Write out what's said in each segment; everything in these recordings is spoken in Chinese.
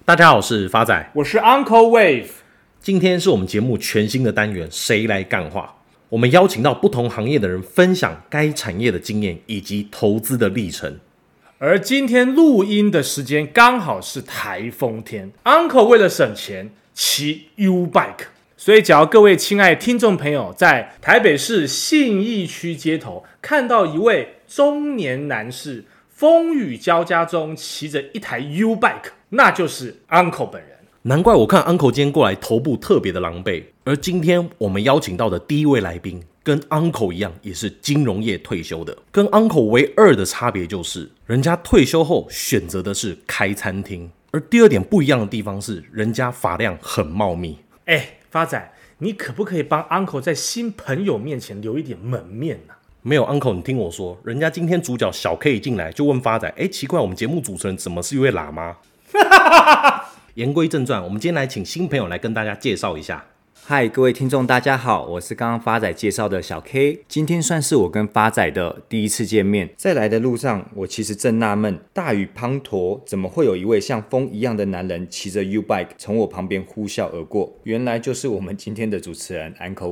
大家好，我是发仔， 我是 Uncle Wave。 今天是我们节目全新的单元，谁来干话？我们邀请到不同行业的人分享该产业的经验以及投资的历程。 而今天录音的时间刚好是台风天 ，Uncle 为了省钱骑 U-Bike， 所以只要各位亲爱的听众朋友在台北市信义区街头看到一位中年男士风雨交加中骑着一台 U-Bike， 那就是 Uncle 本人。 难怪我看 Uncle 今天过来头部特别的狼狈。而今天我们邀请到的第一位来宾跟 Uncle 一样，也是金融业退休的。跟 Uncle 唯二的差别就是，人家退休后选择的是开餐厅。而第二点不一样的地方是，人家发量很茂密。 发仔，你可不可以帮 Uncle 在新朋友面前留一点门面呢？ 没有 Uncle， 你听我说，人家今天主角小 K 一进来就问发仔，奇怪，我们节目主持人怎么是一位喇嘛？言归正传，我们今天来请新朋友来跟大家介绍一下。 嗨，各位听众，大家好，我是刚刚发仔介绍的小 K。今天算是我跟发仔的第一次见面。在来的路上，我其实正纳闷，大雨滂沱，怎么会有一位像风一样的男人骑着 U-Bike 从我旁边呼啸而过？原来就是我们今天的主持人 Uncle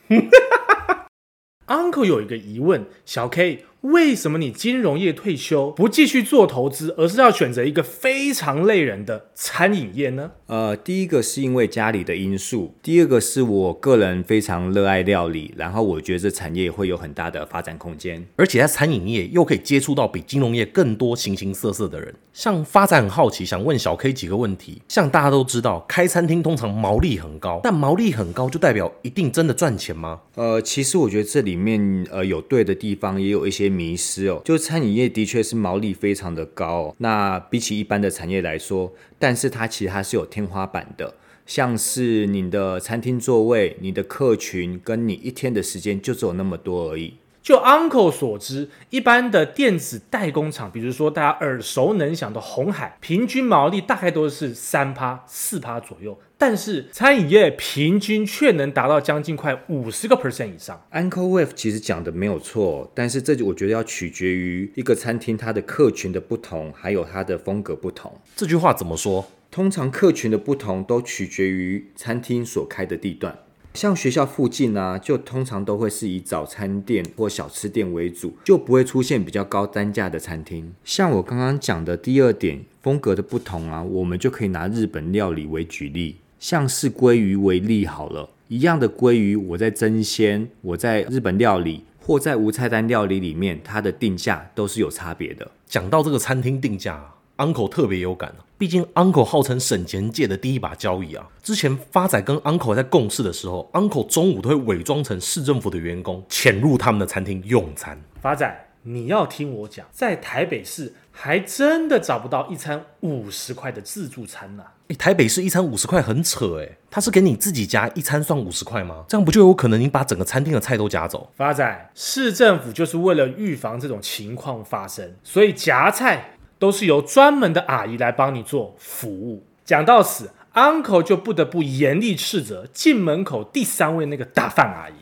Wave。Uncle 有一个疑问，小 K， 为什么你金融业退休不继续做投资，而是要选择一个非常累人的餐饮业呢？ 第一个是因为家里的因素，第二个是我个人非常热爱料理，然后我觉得这产业会有很大的发展空间， 而且在餐饮业又可以接触到比金融业更多形形色色的人。像发展很好奇，想问小 K 几个问题。像大家都知道，开餐厅通常毛利很高，但毛利很高就代表一定真的赚钱吗？ 其实我觉得这里面有对的地方，也有一些迷思哦。就餐饮业的确是毛利非常的高哦，那比起一般的产业来说，但是它其实是有天花板的，像是你的餐厅座位、你的客群跟你一天的时间就只有那么多而已。 就 Uncle 所知，一般的电子代工厂，比如说大家耳熟能详的鸿海，平均毛利大概都是 3%、4% 左右，但是餐饮业平均却能达到将近快50% 以上。 Uncle Wave 其实讲的没有错，但是这我觉得要取决于一个餐厅它的客群的不同，还有它的风格不同。 这句话怎么说？ 通常客群的不同都取决于餐厅所开的地段。像学校附近啊，就通常都会是以早餐店或小吃店为主，就不会出现比较高单价的餐厅。像我刚刚讲的第二点，风格的不同啊，我们就可以拿日本料理为举例。像是鲑鱼为例好了，一样的鲑鱼，我在蒸鲜，我在日本料理或在无菜单料理里面，它的定价都是有差别的。 讲到这个餐厅定价Uncle 特别有感，毕竟 Uncle 号称省钱界的第一把交椅啊。之前发仔跟 Uncle 在共事的时候， Uncle 中午都会伪装成市政府的员工，潜入他们的餐厅用餐。 发仔，你要听我讲，在台北市还真的找不到一餐50块的自助餐啊。 台北市一餐50块很扯他是给你自己夹一餐算50块吗？这样不就有可能你把整个餐厅的菜都夹走？ 发仔，市政府就是为了预防这种情况发生，所以夹菜都是由专门的阿姨来帮你做服务。讲到此 Uncle 就不得不严厉斥责进门口第3位那个大饭阿姨。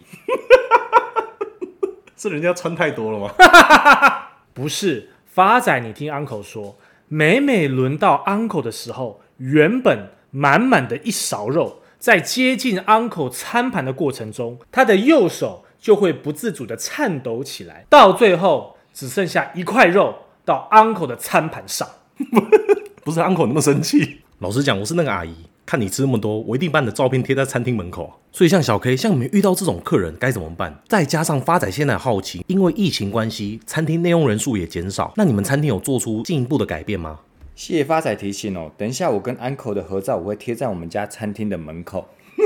是人家穿太多了吗？ 不是，发仔，你听 Uncle 说，每轮到 Uncle 的时候，原本满满的一勺肉，在接近 Uncle 餐盘的过程中，他的右手就会不自主的颤抖起来，到最后只剩下一块肉到 Uncle 的餐盘上。 不是 Uncle 那么生气。老实讲，我是那个阿姨，看你吃那么多，我一定把你的照片贴在餐厅门口。所以像小 K， 像你们遇到这种客人该怎么办？再加上发仔现在好奇，因为疫情关系，餐厅内用人数也减少，那你们餐厅有做出进一步的改变吗？ 谢谢发仔提醒哦，等一下我跟 Uncle 的合照我会贴在我们家餐厅的门口。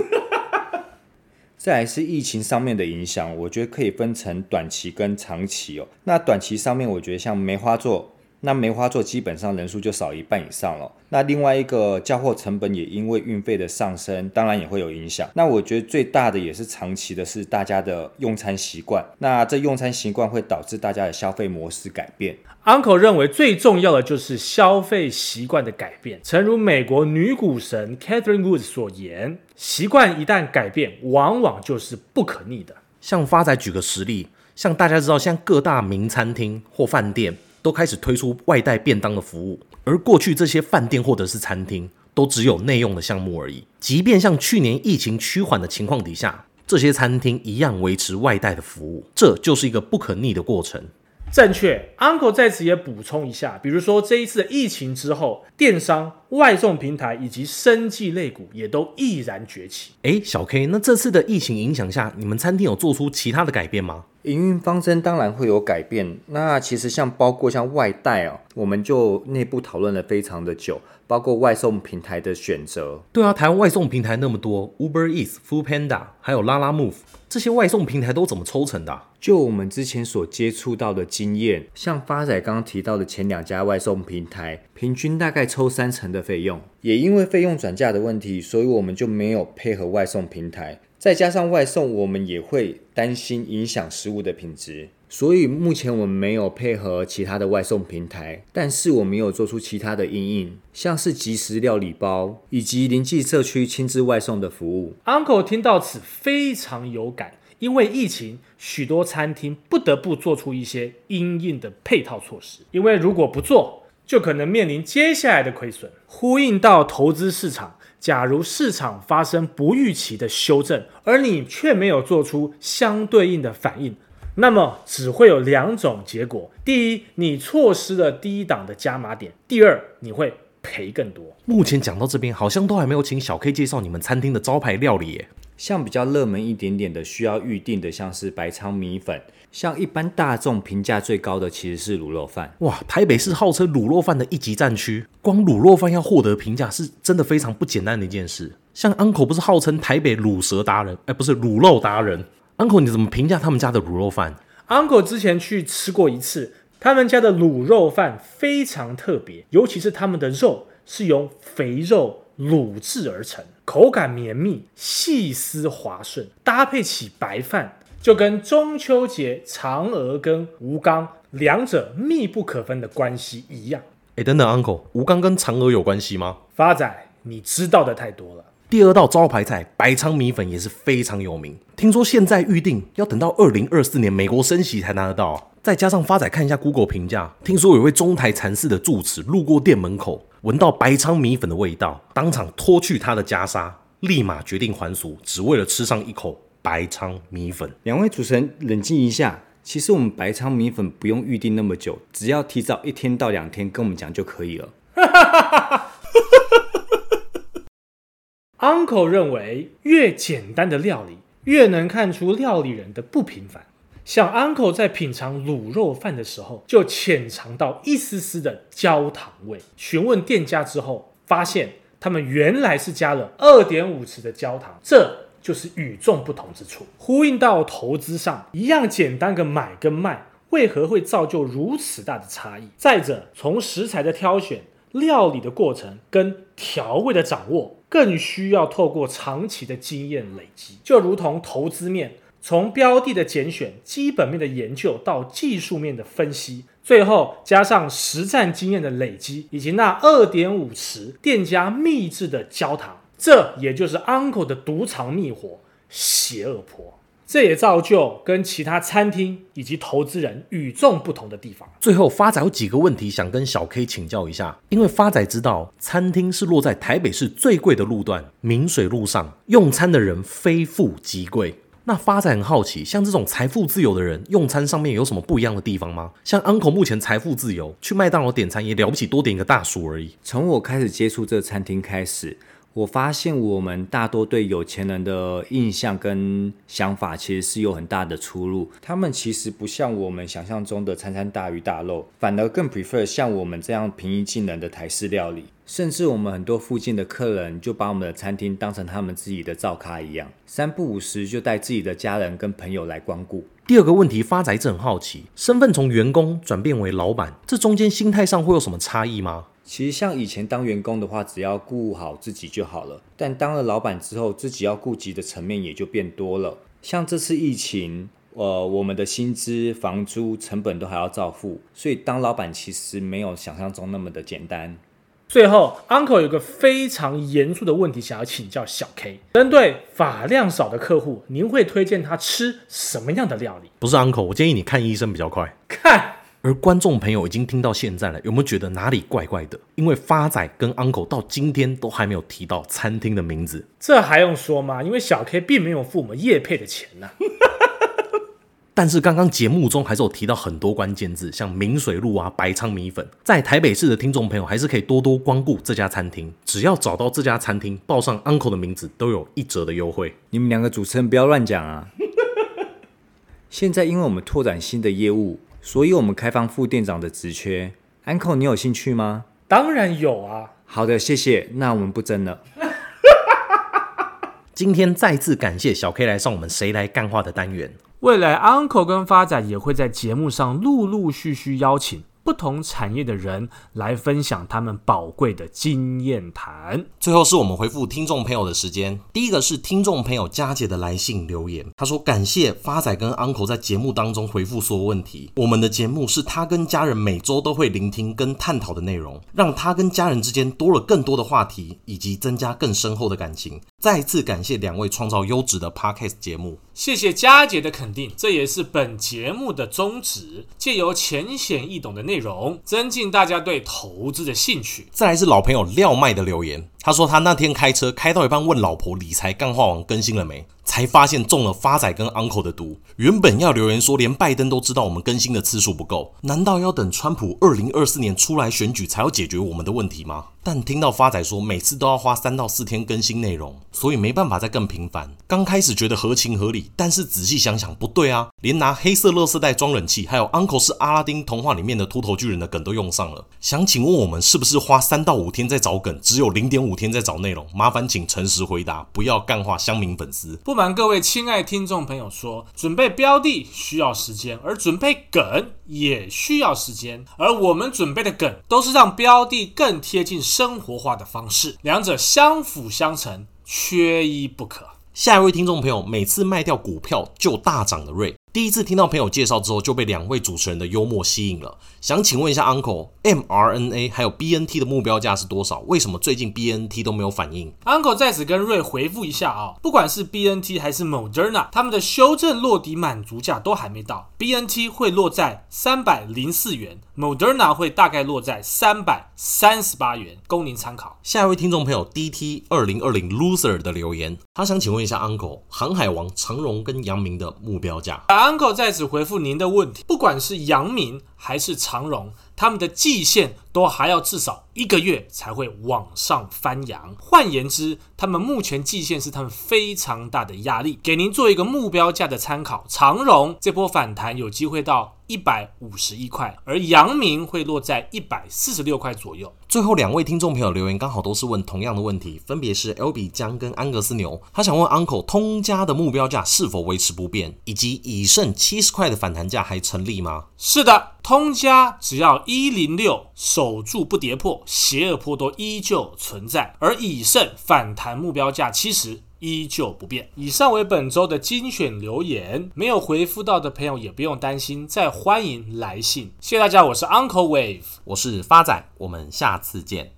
再来是疫情上面的影响，我觉得可以分成短期跟长期哦。那短期上面，我觉得像梅花座，那梅花座基本上人数就少一半以上了。那另外一个交货成本也因为运费的上升，当然也会有影响。那我觉得最大的也是长期的是大家的用餐习惯，那这用餐习惯会导致大家的消费模式改变。 Uncle 认为最重要的就是消费习惯的改变。诚如美国女股神 Catherine Woods 所言，习惯一旦改变，往往就是不可逆的。 像发仔举个实例，像大家知道，像各大名餐厅或饭店都开始推出外带便当的服务，而过去这些饭店或者是餐厅都只有内用的项目而已。即便像去年疫情趋缓的情况底下，这些餐厅一样维持外带的服务，这就是一个不可逆的过程。 正确 ，Uncle 在此也补充一下，比如说这一次的疫情之后，电商、外送平台以及生技类股也都毅然崛起。 小 K， 那这次的疫情影响下，你们餐厅有做出其他的改变吗？ 营运方针当然会有改变，那其实包括外带我们就内部讨论了非常的久，包括外送平台的选择。 对啊，台湾外送平台那么多 ，Uber Eats、Foodpanda， 还有拉拉 Move， 这些外送平台都怎么抽成的啊？ 就我们之前所接触到的经验，像发仔刚刚提到的前2家外送平台，平均大概抽30%的费用。也因为费用转嫁的问题，所以我们就没有配合外送平台。再加上外送，我们也会担心影响食物的品质，所以目前我们没有配合其他的外送平台，但是我们有做出其他的因应，像是即时料理包以及临近社区亲自外送的服务。 Uncle 听到此非常有感，因为疫情，许多餐厅不得不做出一些因应的配套措施，因为如果不做，就可能面临接下来的亏损。呼应到投资市场，假如市场发生不预期的修正，而你却没有做出相对应的反应，那么只会有2种结果：第一，你错失了第一档的加码点；第二，你会赔更多。 目前讲到这边，好像都还没有请小 K 介绍你们餐厅的招牌料理耶。 像比较热门一点点的需要预定的，像是白鲳米粉，像一般大众评价最高的其实是卤肉饭。 哇，台北市号称卤肉饭的一级战区，光卤肉饭要获得评价是真的非常不简单的一件事。像 Uncle 不是号称台北卤蛇达人，不是卤肉达人。Uncle 你怎么评价他们家的卤肉饭？ Uncle 之前去吃过一次，他们家的卤肉饭非常特别，尤其是他们的肉是由肥肉卤制而成，口感绵密，细丝滑顺，搭配起白饭，就跟中秋节嫦娥跟吴刚两者密不可分的关系一样。 等等 Uncle， 吴刚跟嫦娥有关系吗？ 发仔，你知道的太多了。 第2道招牌菜白鲳米粉也是非常有名，听说现在预定要等到2024年美国升息才拿得到啊。再加上发仔看一下 Google 评价，听说有位中台禅寺的住持路过店门口，闻到白鲳米粉的味道，当场脱去他的袈裟，立马决定还俗，只为了吃上一口白鲳米粉。 2位主持人冷静一下，其实我们白鲳米粉不用预定那么久，只要提早1天到2天跟我们讲就可以了。 Uncle 认为，越简单的料理，越能看出料理人的不平凡。像 Uncle 在品尝卤肉饭的时候，就浅尝到一丝丝的焦糖味。询问店家之后，发现他们原来是加了2.5匙的焦糖，这就是与众不同之处。呼应到投资上，一样简单的买跟卖，为何会造就如此大的差异？再者，从食材的挑选、料理的过程跟调味的掌握，更需要透过长期的经验累积。就如同投资面，从标的的拣选、基本面的研究到技术面的分析，最后加上实战经验的累积，以及那2.5匙店家秘制的焦糖，这也就是 Uncle 的独藏秘火——邪恶婆。这也造就跟其他餐厅以及投资人与众不同的地方。 最后，发仔有几个问题想跟小 K 请教一下，因为发仔知道餐厅是落在台北市最贵的路段明水路上，用餐的人非富即贵。那发仔很好奇，像这种财富自由的人，用餐上面有什么不一样的地方吗？像 Uncle 目前财富自由，去麦当劳点餐也了不起多点一个大薯而已。 从我开始接触这餐厅开始，我发现我们大多对有钱人的印象跟想法其实是有很大的出入。他们其实不像我们想象中的餐餐大鱼大肉，反而更 prefer 像我们这样平易近人的台式料理。甚至我们很多附近的客人就把我们的餐厅当成他们自己的灶咖一样，3不5时就带自己的家人跟朋友来光顾。 第2个问题，发仔一直很好奇，身份从员工转变为老板，这中间心态上会有什么差异吗？ 其实像以前当员工的话，只要顾好自己就好了，但当了老板之后，自己要顾及的层面也就变多了。像这次疫情，我们的薪资、房租、成本都还要照付，所以当老板其实没有想象中那么的简单。 最后 Uncle 有个非常严肃的问题想要请教小 K， 针对发量少的客户，您会推荐他吃什么样的料理？ 不是 Uncle， 我建议你看医生比较快。 看而观众朋友已经听到现在了，有没有觉得哪里怪怪的？因为发仔跟 Uncle 到今天都还没有提到餐厅的名字。 这还用说吗？因为小 K 并没有付我们业配的钱啊。 但是刚刚节目中还是有提到很多关键字，像明水路啊、白鲳米粉，在台北市的听众朋友还是可以多多光顾这家餐厅，只要找到这家餐厅，报上 Uncle 的名字，都有1折的优惠。 你们2个主持人不要乱讲啊！现在因为我们拓展新的业务，所以我们开放副店长的职缺。Uncle， 你有兴趣吗？ 当然有啊。 好的，谢谢。那我们不争了。 今天再次感谢小 K 来上我们谁来干话的单元。 未来 Uncle 跟发仔也会在节目上陆陆续续邀请不同产业的人来分享他们宝贵的经验谈。 最后是我们回复听众朋友的时间。第一个是听众朋友佳姐的来信留言，他说感谢发仔跟 Uncle 在节目当中回复所有问题，我们的节目是他跟家人每周都会聆听跟探讨的内容，让他跟家人之间多了更多的话题，以及增加更深厚的感情。再次感谢2位创造优质的 Podcast 节目。 谢谢佳姐的肯定，这也是本节目的宗旨，借由浅显易懂的内容，增进大家对投资的兴趣。 再来是老朋友廖麦的留言，他说他那天开车开到一半问老婆理财干话王更新了没，才发现中了发仔跟 Uncle 的毒。原本要留言说连拜登都知道我们更新的次数不够，难道要等川普2024年出来选举才要解决我们的问题吗？但听到发仔说每次都要花3到4天更新内容，所以没办法再更频繁。刚开始觉得合情合理，但是仔细想想不对啊，连拿黑色垃圾袋装冷气，还有 Uncle 是阿拉丁童话里面的秃头巨人的梗都用上了。想请问我们是不是花3到5天在找梗，只有 0.5 天在找内容？麻烦请诚实回答，不要干话乡民粉丝。 不瞒各位亲爱听众朋友说，准备标的需要时间，而准备梗也需要时间，而我们准备的梗都是让标的更贴近生活化的方式，两者相辅相成，缺一不可。 下一位听众朋友，每次卖掉股票就大涨的瑞，第一次听到朋友介绍之后就被2位主持人的幽默吸引了，想请问一下 Uncle， mRNA 还有 BNT 的目标价是多少？为什么最近 BNT 都没有反应？ Uncle 在此跟瑞回复一下啊，不管是 BNT 还是 Moderna， 他们的修正落底满足价都还没到， BNT 会落在304元， Moderna 会大概落在338元，供您参考。 下一位听众朋友 DT2020 Loser 的留言，他想请问一下 Uncle， 航海王长荣跟阳明的目标价。 Uncle 在此回复您的问题，不管是阳明还是长荣，他们的季线都还要至少1个月才会往上翻扬。换言之，他们目前季线是他们非常大的压力，给您做一个目标价的参考。长荣这波反弹有机会到151块，而阳明会落在146块左右。 最后2位听众朋友留言刚好都是问同样的问题，分别是 LB 江跟安格斯牛。他想问 Uncle， 通家的目标价是否维持不变，以及以盛70块的反弹价还成立吗？ 是的，通家只要106守住不跌破，邪恶波都依旧存在，而以盛反弹目标价70依旧不变。以上为本周的精选留言，没有回复到的朋友也不用担心，再欢迎来信。谢谢大家，我是 Uncle Wave， 我是发仔，我们下次见。